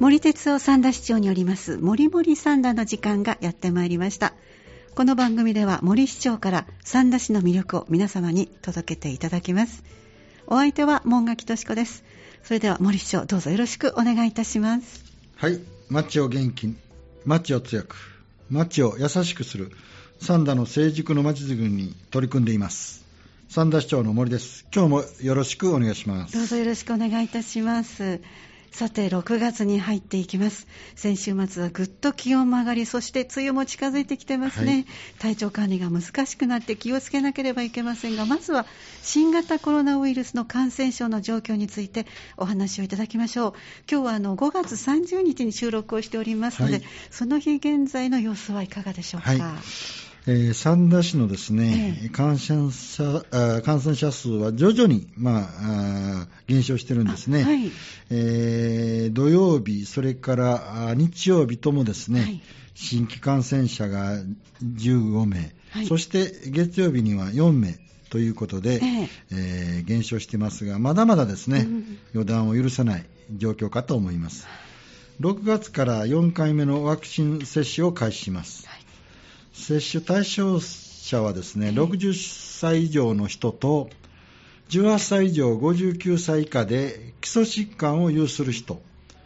森哲夫三田市長によりますもりもり三田の時間がやってまいりました。この番組では森市長から三田市の魅力を皆様に届けていただきます。お相手は門垣敏子です。それでは森市長、どうぞよろしくお願いいたします。 はい、町を元気に、町を強く、町を優しくする三田の成熟の町づくりに取り組んでいます三田市長の森です。今日もよろしくお願いします。 どうぞよろしくお願いいたします。さて、6月に入っていきます。先週末はぐっと気温も上がり、そして梅雨も近づいてきてますね、はい、体調管理が難しくなって気をつけなければいけませんが、まずは新型コロナウイルスの感染症の状況についてお話をいただきましょう。今日は5月30日に収録をしておりますので、はい、その日現在の様子はいかがでしょうか。はい、 三田市のですね、感染者数は徐々に、減少してるんですね。はい、土曜日、それから日曜日ともですね、はい、新規感染者が15名、はい、そして月曜日には4名ということで、減少してますが、まだまだですね、予断を許さない状況かと思います。6月から4回目のワクチン接種を開始します。はい、接種対象者はですね、60歳以上の人と18歳以上59歳以下で基礎疾患を有する人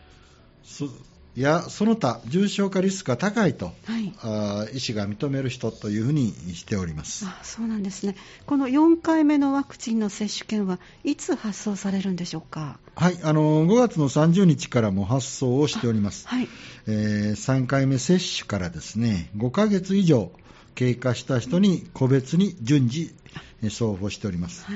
やその他重症化リスクが高いと、はい、医師が認める人というふうにしております。 そうなんですね。この4回目のワクチンの接種券はいつ発送されるんでしょうか。 はい、5月の30日からも発送をしております。はい、3回目接種からですね、5ヶ月以上経過した人に個別に順次送付しております。はい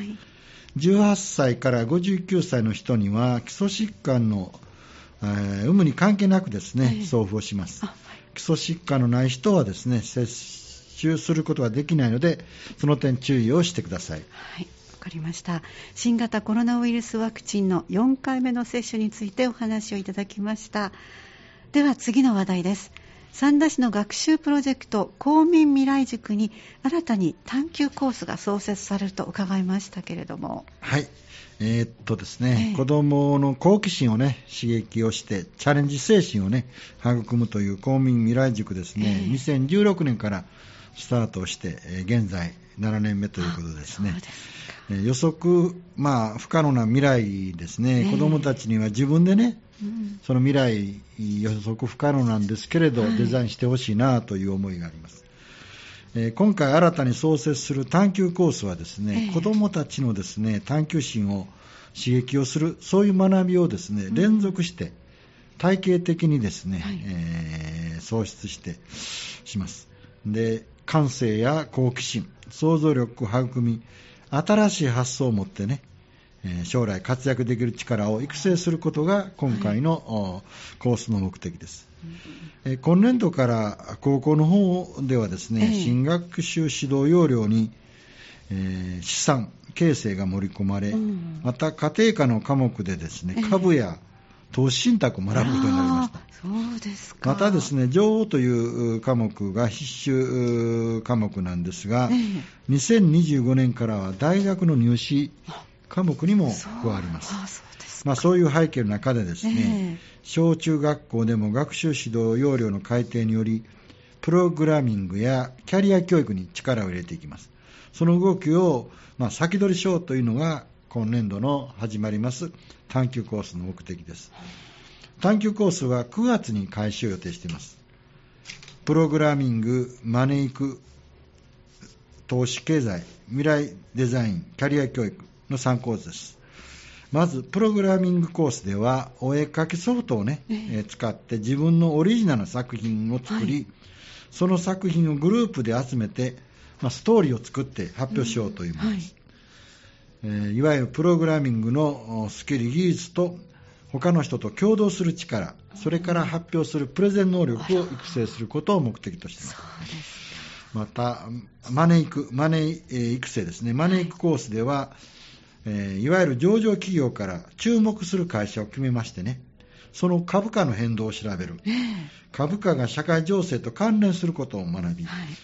、18歳から59歳の人には基礎疾患の有無に関係なくですね、送付をします。基礎疾患のない人はですね、接種することができないので、その点注意をしてください。 はい、わかりました。新型コロナウイルスワクチンの4回目の接種についてお話をいただきました。では次の話題です。三田市の学習プロジェクト公民未来塾に新たに探究コースが創設されると伺いましたけれども。 はい、ですね、子どもの好奇心をね刺激をしてチャレンジ精神をね育むという公民未来塾ですね、2016年からスタートして、現在7年目ということですね。予測、不可能な未来ですね、子どもたちには自分でね、その未来予測不可能なんですけれど、デザインしてほしいなという思いがあります。今回新たに創設する探究コースはですね、子どもたちのですね探究心を刺激をする、そういう学びをですね連続して体系的にですね、創出してします。で、感性や好奇心、想像力を育み、新しい発想を持ってね、将来活躍できる力を育成することが今回の、コースの目的です。今年度から高校の方ではですね、新学習指導要領に、資産形成が盛り込まれ、また家庭科の科目でですね、株や投資信託を学ぶことになりました。 そうですか。 またですね、情報という科目が必修科目なんですが、2025年からは大学の入試科目にも加わります。そういう背景の中でですね、小中学校でも学習指導要領の改定によりプログラミングやキャリア教育に力を入れていきます。その動きを、先取りしようというのが今年度の始まります探究コースの目的です。探究コースは9月に開始を予定しています。プログラミング、マネー育、投資経済、未来デザイン、キャリア教育の3コースです。まずプログラミングコースではお絵描きソフトをね、使って自分のオリジナルの作品を作り、その作品をグループで集めて、ストーリーを作って発表しようというものです。いわゆるプログラミングのスキル、技術と他の人と共同する力、それから発表するプレゼン能力を育成することを目的としています。またマネー育成ですね。マネー育コースでは、いわゆる上場企業から注目する会社を決めましてね、その株価の変動を調べる、株価が社会情勢と関連することを学び、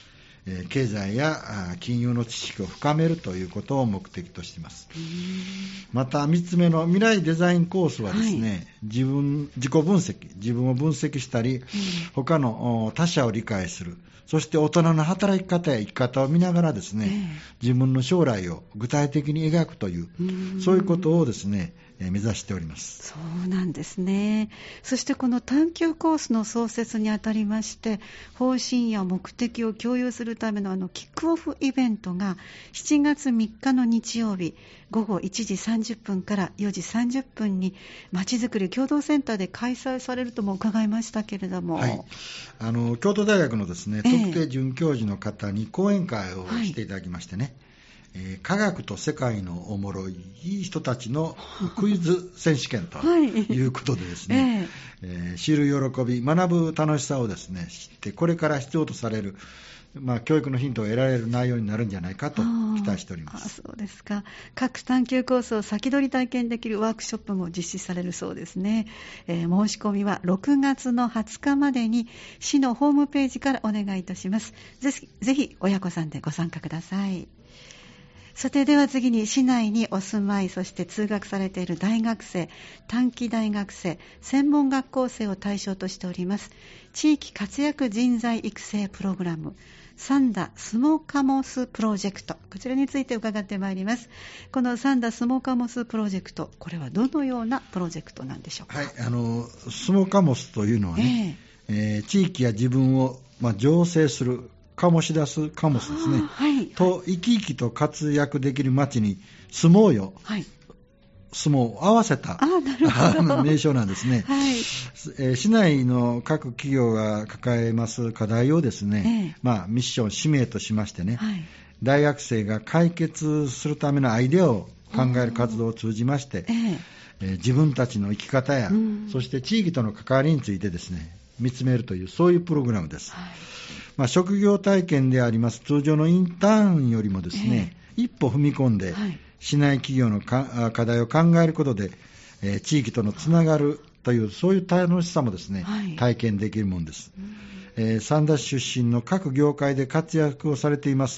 経済や金融の知識を深めるということを目的としています。また3つ目の未来デザインコースはですね、自己分析、自分を分析したり、他の他者を理解する、そして大人の働き方や生き方を見ながらですね、自分の将来を具体的に描くという、そういうことをですね、目指しております。 そうなんですね。そしてこの探究コースの創設にあたりまして、方針や目的を共有するためのキックオフイベントが7月3日の日曜日午後1時30分から4時30分にまちづくり共同センターで開催されるとも伺いましたけれども、 京都大学のですね、特定准教授の方に講演会をしていただきましてね、科学と世界のおもろい人たちのクイズ選手権ということでですね、知る喜び、学ぶ楽しさをですね、知ってこれから必要とされる、教育のヒントを得られる内容になるんじゃないかと期待しております。 そうですか。各探究コースを先取り体験できるワークショップも実施されるそうですね。申し込みは6月の20日までに市のホームページからお願いいたします。ぜひ親子さんでご参加ください。さて、では次に市内にお住まい、そして通学されている大学生、短期大学生、専門学校生を対象としております地域活躍人材育成プログラム、サンダスモカモスプロジェクト、こちらについて伺ってまいります。このサンダスモカモスプロジェクト、これはどのようなプロジェクトなんでしょうか。 スモカモスというのはね、地域や自分を醸成する、醸し出すカモスですね、と生き生きと活躍できる街に住もうよ、相撲を合わせた名称なんですね。市内の各企業が抱えます課題をですね、ミッション、使命としましてね、大学生が解決するためのアイデアを考える活動を通じまして、自分たちの生き方や、そして地域との関わりについてですね、見つめるという、そういうプログラムです。職業体験であります通常のインターンよりもですね、一歩踏み込んで、市内企業の課題を考えることで、地域とのつながるという、そういう楽しさもですね、体験できるものです。三田市出身の各業界で活躍をされています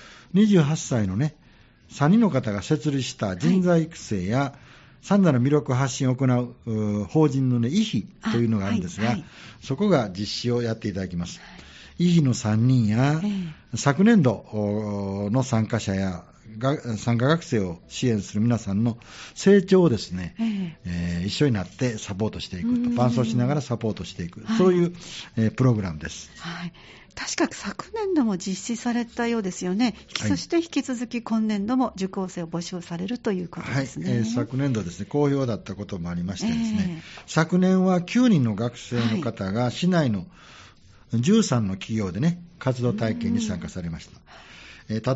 、28歳のね、3人の方が設立した人材育成や、三田の魅力発信を行う法人のね、イヒというのがあるんですが、そこが実施をやっていただきます。イヒの3人や、昨年度の参加者や参加学生を支援する皆さんの成長をですね、一緒になってサポートしていくと、伴走しながらサポートしていく、そういう、プログラムです。 確か昨年度も実施されたようですよね。そして引き続き今年度も受講生を募集されるということですね。 昨年度ですね、好評だったこともありましてですね、昨年は9人の学生の方が市内の13の企業でね、活動体験に参加されました。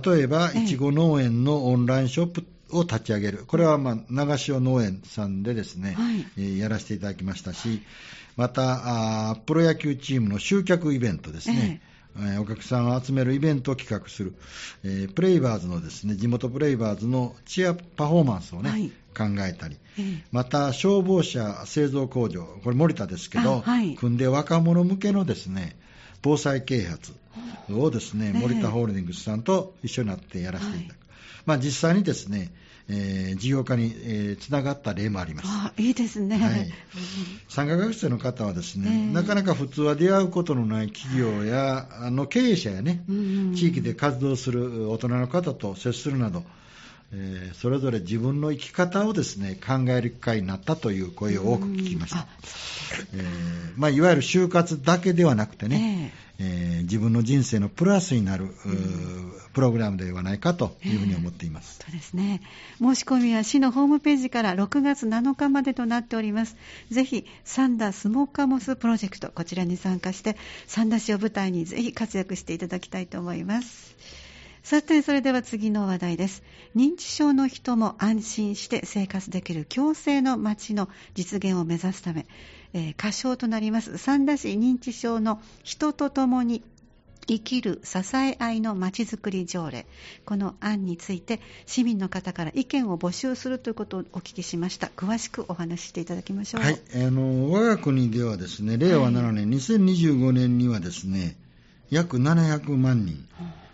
例えば、いちご農園のオンラインショップを立ち上げる。これは長潮農園さんでですね、やらせていただきましたし、またプロ野球チームの集客イベントですね、お客さんを集めるイベントを企画する、プレイバーズのですね、地元プレイバーズのチアパフォーマンスをね、考えたり、また消防車製造工場、これ森田ですけど、組んで若者向けのですね、防災啓発をですね、森田ホールディングスさんと一緒になってやらせていただく。実際にですね、事業化につながった例もあります。 いいですね。 参加学生の方はですね、なかなか普通は出会うことのない企業や経営者やね、地域で活動する大人の方と接するなど、それぞれ自分の生き方をですね、考える機会になったという声を多く聞きました。いわゆる就活だけではなくてね、自分の人生のプラスになる、プログラムではないかというふうに思っています。 そうですね。申し込みは市のホームページから6月7日までとなっております。ぜひ三田スモカモスプロジェクト、こちらに参加して三田市を舞台にぜひ活躍していただきたいと思います。さて、それでは次の話題です。認知症の人も安心して生活できる共生の街の実現を目指すため、仮称となります三田市認知症の人とともに生きる支え合いのまちづくり条例、この案について市民の方から意見を募集するということをお聞きしました。詳しくお話ししていただきましょう。 我が国ではですね、令和7年、2025年にはですね、約700万人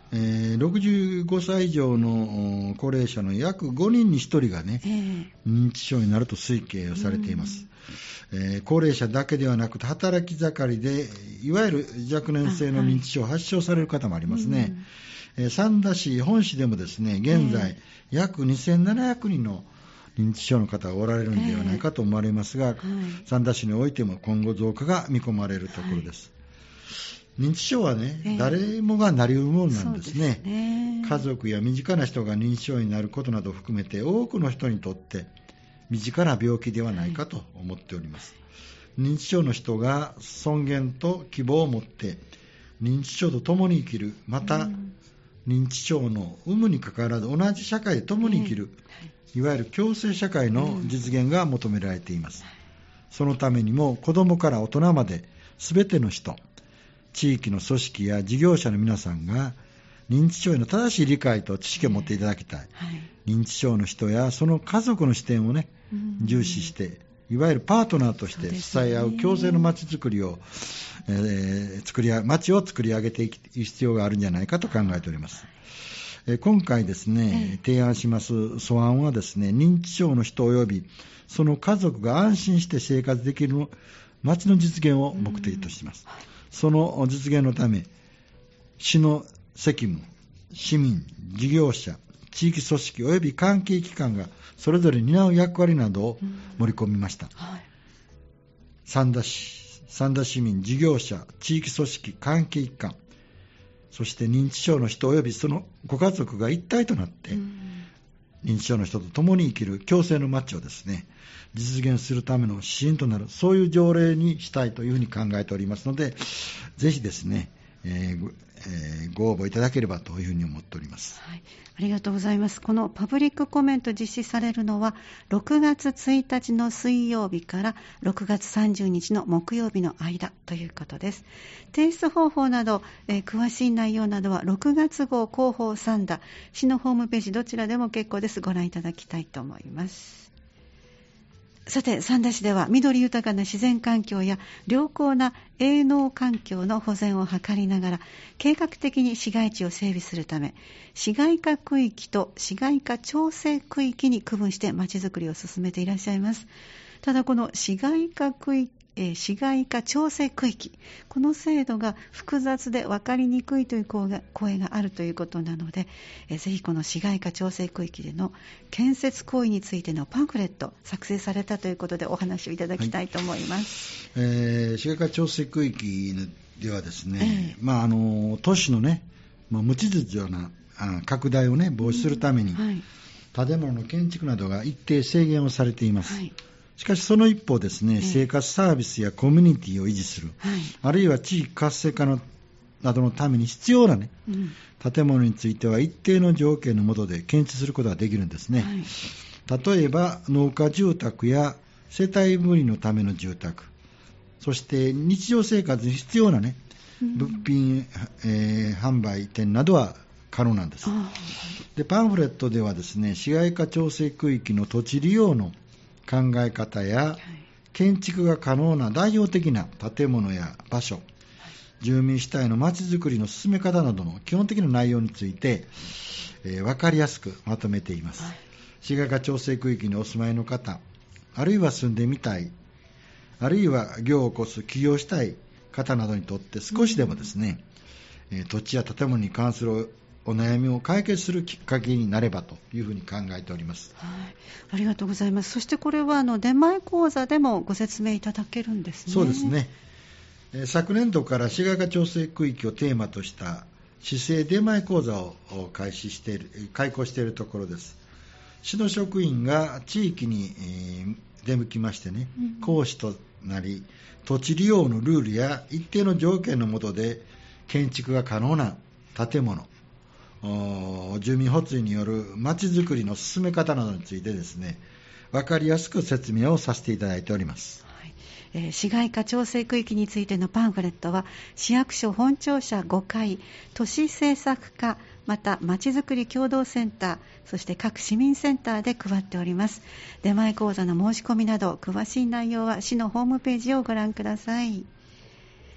65歳以上の高齢者の約5人に1人がね、認知症になると推計をされています。高齢者だけではなくて働き盛りでいわゆる若年性の認知症を発症される方もありますね。三田市本市でもですね、現在約2700人の認知症の方がおられるんではないかと思われますが、三田市においても今後増加が見込まれるところです。認知症はね、誰もがなりうるものなんですね。家族や身近な人が認知症になることなどを含めて多くの人にとって身近な病気ではないかと思っております。認知症の人が尊厳と希望を持って認知症と共に生きる、また認知症の有無にかかわらず同じ社会で共に生きる、いわゆる共生社会の実現が求められています。そのためにも子どもから大人まで全ての人、地域の組織や事業者の皆さんが認知症への正しい理解と知識を持っていただきたい。認知症の人やその家族の視点をね、重視して、いわゆるパートナーとして支え合う共生の街づくりを、街を作り上げていく必要があるんじゃないかと考えております。今回ですね、提案します素案はですね、認知症の人及びその家族が安心して生活できる街の実現を目的としています。その実現のため、市の責務、市民、事業者、地域組織及び関係機関がそれぞれ担う役割などを盛り込みました。三田市民、事業者、地域組織、関係機関、そして認知症の人及びそのご家族が一体となって、認知症の人と共に生きる共生の街をですね、実現するための指針となる、そういう条例にしたいというふうに考えておりますので、ぜひですね、ご応募いただければというふうに思っております。 ありがとうございます。このパブリックコメント実施されるのは6月1日の水曜日から6月30日の木曜日の間ということです。提出方法など、詳しい内容などは6月号広報三田市のホームページどちらでも結構です。ご覧いただきたいと思います。さて、三田市では緑豊かな自然環境や良好な営農環境の保全を図りながら計画的に市街地を整備するため、市街化区域と市街化調整区域に区分してまちづくりを進めていらっしゃいます。ただこの市街化調整区域、この制度が複雑で分かりにくいという声があるということなので、ぜひこの市街化調整区域での建設行為についてのパンフレット作成されたということでお話をいただきたいと思います。 市街化調整区域ではですね、都市のね、無秩序な拡大をね防止するために、建物の建築などが一定制限をされています。しかしその一方ですね、生活サービスやコミュニティを維持する、あるいは地域活性化などのために必要な、建物については一定の条件の下で建設することができるんですね。例えば農家住宅や世帯分離のための住宅、そして日常生活に必要な物品、販売店などは可能なんです。で、パンフレットではですね、市街化調整区域の土地利用の考え方や建築が可能な代表的な建物や場所、住民主体のまちづくりの進め方などの基本的な内容について、分かりやすくまとめています。市街化調整区域にお住まいの方、あるいは住んでみたい、あるいは業を起こす起業したい方などにとって少しでもですね、土地や建物に関するお悩みを解決するきっかけになればというふうに考えております。 ありがとうございます。そしてこれは出前講座でもご説明いただけるんですね。 そうですね。昨年度から市街化調整区域をテーマとした市政出前講座を開講しているところです。市の職員が地域に出向きましてね、講師となり、土地利用のルールや一定の条件の下で建築が可能な建物、住民発意によるまちづくりの進め方などについてですね、分かりやすく説明をさせていただいております。 市街化調整区域についてのパンフレットは市役所本庁舎5階、都市政策課、またまちづくり協同センター、そして各市民センターで配っております。出前講座の申し込みなど詳しい内容は市のホームページをご覧ください。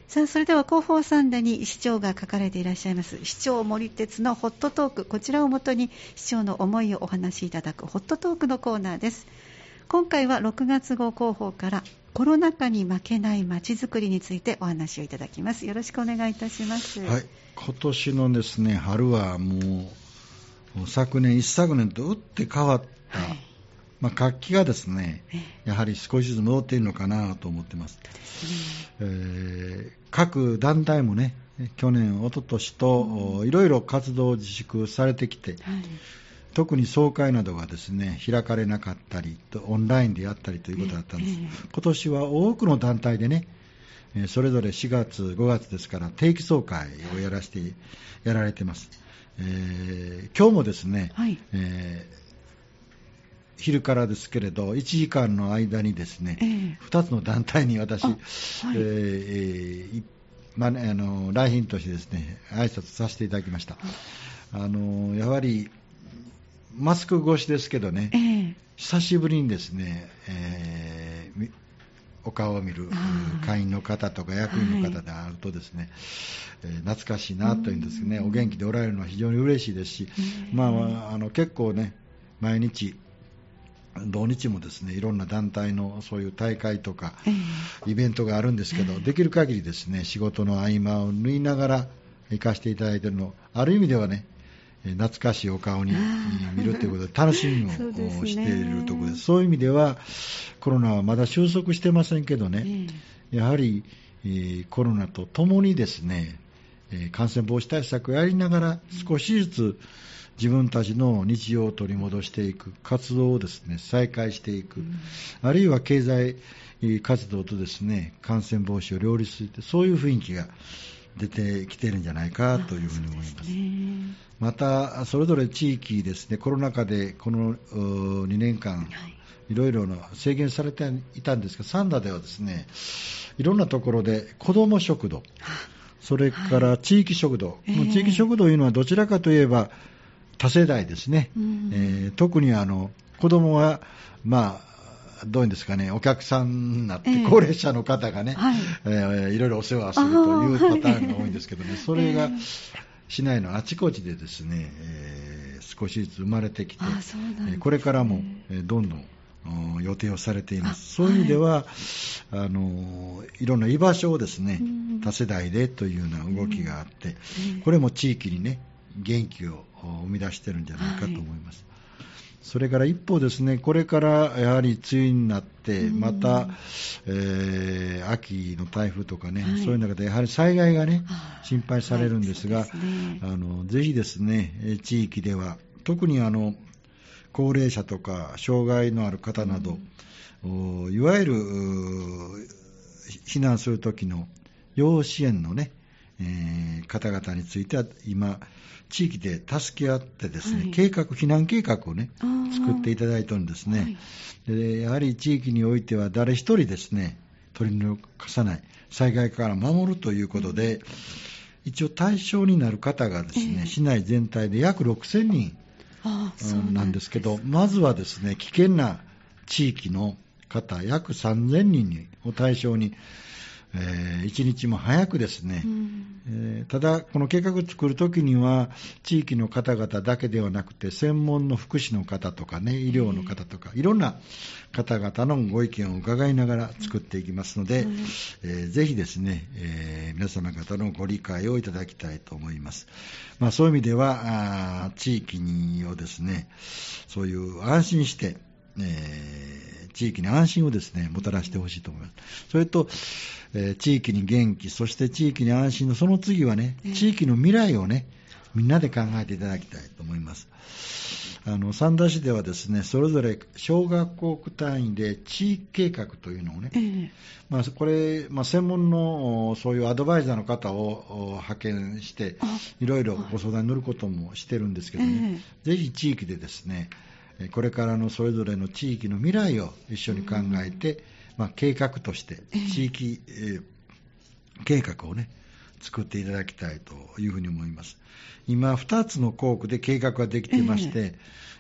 さあ、それでは広報サンデーに市長が書かれていらっしゃいます市長森哲のホットトーク、こちらをもとに市長の思いをお話しいただくホットトークのコーナーです。今回は6月号広報からコロナ禍に負けないまちづくりについてお話をいただきます。よろしくお願いいたします。 はい、今年のですね春はもう昨年一昨年と打って変わった、活気がですね、やはり少しずつ戻っているのかなと思っています。各団体もね、去年、一昨年といろいろ活動を自粛されてきて、特に総会などがですね開かれなかったりオンラインでやったりということだったんです。今年は多くの団体でね、それぞれ4月、5月ですから定期総会をやられています。今日もですね、昼からですけれど1時間の間にですね、2つの団体に私、来賓としてですね挨拶させていただきました。やはりマスク越しですけどね、久しぶりにですね、お顔を見る会員の方とか役員の方であるとですね、懐かしいなというんですね、お元気でおられるのは非常に嬉しいですし、結構ね毎日土日もですねいろんな団体のそういう大会とかイベントがあるんですけど、できる限りですね仕事の合間を縫いながら行かせていただいているの、ある意味ではね懐かしいお顔に見るということで楽しみをしているところです。そういう意味ではコロナはまだ収束してませんけどね、やはりコロナとともにですね感染防止対策をやりながら少しずつ自分たちの日常を取り戻していく活動をですね再開していく、あるいは経済活動とですね感染防止を両立して、そういう雰囲気が出てきているんじゃないかというふうに思います。またそれぞれ地域ですね、コロナ禍でこの2年間いろいろな制限されていたんですが、三田ではですねいろんなところで子ども食堂、それから地域食堂、この地域食堂というのはどちらかといえば多世代ですね、特に子どもはどういうんですかね、お客さんになって高齢者の方がね、いろいろお世話するというパターンが多いんですけどね、それが市内のあちこちでですね、少しずつ生まれてきて、これからもどんどん予定をされています。そういう意味では、いろんな居場所をですね、多世代でというような動きがあって、これも地域にね元気を生み出しているんじゃないかと思います。それから一方ですね、これからやはり梅雨になってまた、秋の台風とかね、そういう中でやはり災害がね心配されるんですが、ぜひですね地域では特に高齢者とか障害のある方など、いわゆる避難するときの要支援のね、方々については今地域で助け合ってですね、避難計画をね作っていただいているんですね。でやはり地域においては誰一人ですね取り残さない、災害から守るということで、一応対象になる方がですね、市内全体で約6000人なんですけど、まずはですね危険な地域の方約3000人を対象に一日も早くですね、ただこの計画を作るときには地域の方々だけではなくて専門の福祉の方とかね、医療の方とかいろんな方々のご意見を伺いながら作っていきますので、ぜひですね、皆様方のご理解をいただきたいと思います。そういう意味では地域をですねそういう安心して地域に安心をですねもたらしてほしいと思います。それと、地域に元気、そして地域に安心のその次はね、地域の未来をねみんなで考えていただきたいと思います。三田市ではですねそれぞれ小学校区単位で地域計画というのをね、これ、専門のそういうアドバイザーの方を派遣していろいろご相談に乗ることもしてるんですけどね、ぜひ地域でですねこれからのそれぞれの地域の未来を一緒に考えて、計画として地域、計画をね作っていただきたいというふうに思います。今2つの校区で計画ができていまして、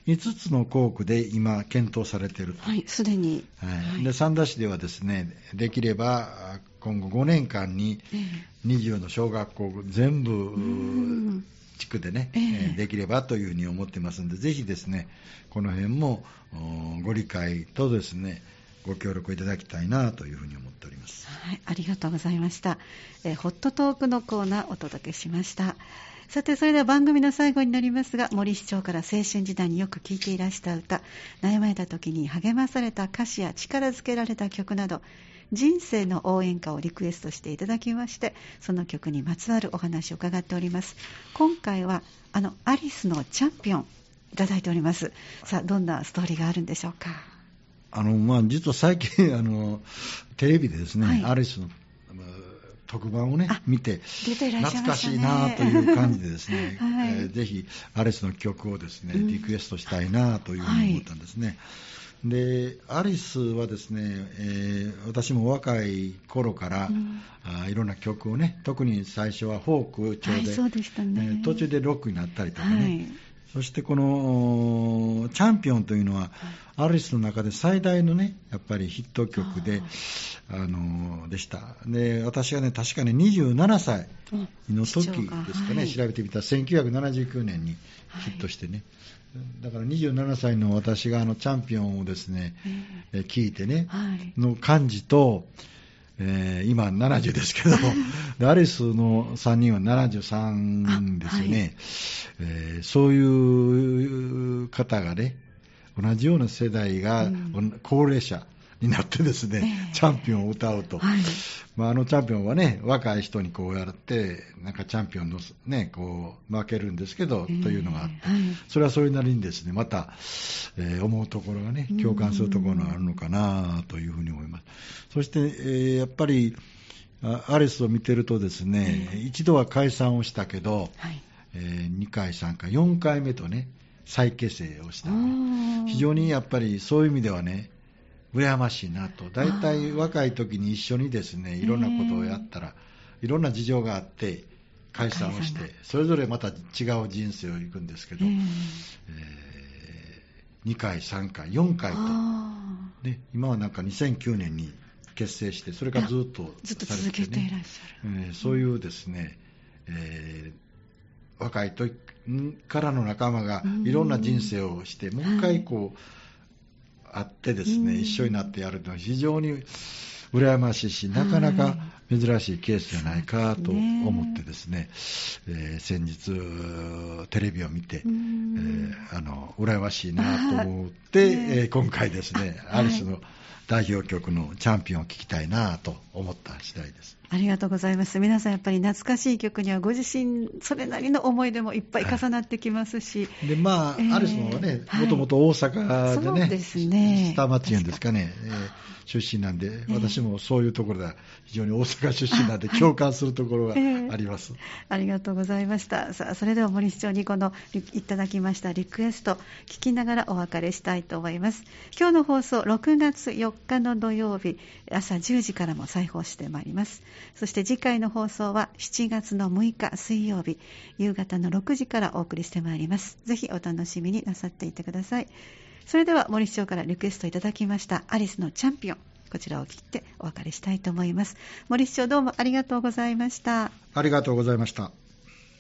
5つの校区で今検討されていると。 はい、すでに。 はい。で、三田市ではですね、できれば今後5年間に20の小学校全部地区でね、できればというふうに思ってますので、ぜひですね、この辺もご理解とですね、ご協力いただきたいなというふうに思っております。 はい、ありがとうございました。ホットトークのコーナーお届けしました。さて、それでは番組の最後になりますが、森市長から青春時代によく聴いていらした歌、悩まれた時に励まされた歌詞や力づけられた曲など、人生の応援歌をリクエストしていただきまして、その曲にまつわるお話を伺っております。今回はアリスのチャンピオンいただいております。さあ、どんなストーリーがあるんでしょうか。 実は最近テレビでですね、はい、アリスの特番をね見て、懐かしいなという感じでですね、はい、ぜひアリスの曲をですね、リクエストしたいなというふうに思ったんですね。はい、でアリスはですね、私も若い頃から、いろんな曲をね、特に最初はフォーク調で、 そうでしたね、 途中でロックになったりとかね、はい、そしてこのチャンピオンというのは、アリスの中で最大のね、やっぱりヒット曲でした。で、私がね、確かに27歳の時ですかね、はい、調べてみたら1979年にヒットしてね、はい、だから27歳の私がチャンピオンをですね、聞いてね、はい、の感じと、今70ですけどでアリスの3人は73ですよね、はい、そういう方がね、同じような世代が高齢者になってですね、チャンピオンを歌うと、はい、チャンピオンはね、若い人にこうやってなんかチャンピオンのね、こう負けるんですけど、というのがあって、はい、それはそれなりにですね、また、思うところがね、共感するところがあるのかなというふうに思います。そして、やっぱりアリスを見てるとですね、一度は解散をしたけど、はい、2回3回4回目とね、再結成をした、ね、非常にやっぱりそういう意味ではね、羨ましいなと。だいたい若い時に一緒にですね、いろんなことをやったら、いろんな事情があって解散をして、それぞれまた違う人生を行くんですけど、2回3回4回と、ね、今はなんか2009年に結成して、それからずっと続けていらっしゃる、 そういうですね、若い時からの仲間がいろんな人生をして、もう一回こう会ってですね、一緒になってやるのは非常に羨ましいし、なかなか珍しいケースじゃないかと思ってですね、先日テレビを見て、羨ましいなと思って、今回ですね、アリスの代表曲のチャンピオンを聴きたいなと思った次第です。 ありがとうございます。皆さんやっぱり懐かしい曲にはご自身それなりの思い出もいっぱい重なってきますし、 はい、でアリスもね、もともと大阪でね、 そうですね、 下町園ですかね、出身なんで、私もそういうところでは非常に大阪出身なんで共感するところがあります。 ありがとうございました。さあ、それでは森市長にこのいただきましたリクエスト聞きながらお別れしたいと思います。今日の放送6月4日の土曜日朝10時からも再放してまいります。そして次回の放送は7月の6日水曜日夕方の6時からお送りしてまいります。ぜひお楽しみになさっていてください。それでは森市長からリクエストいただきましたアリスのチャンピオン、こちらを聞いてお別れしたいと思います。森市長、どうもありがとうございました。 ありがとうございました。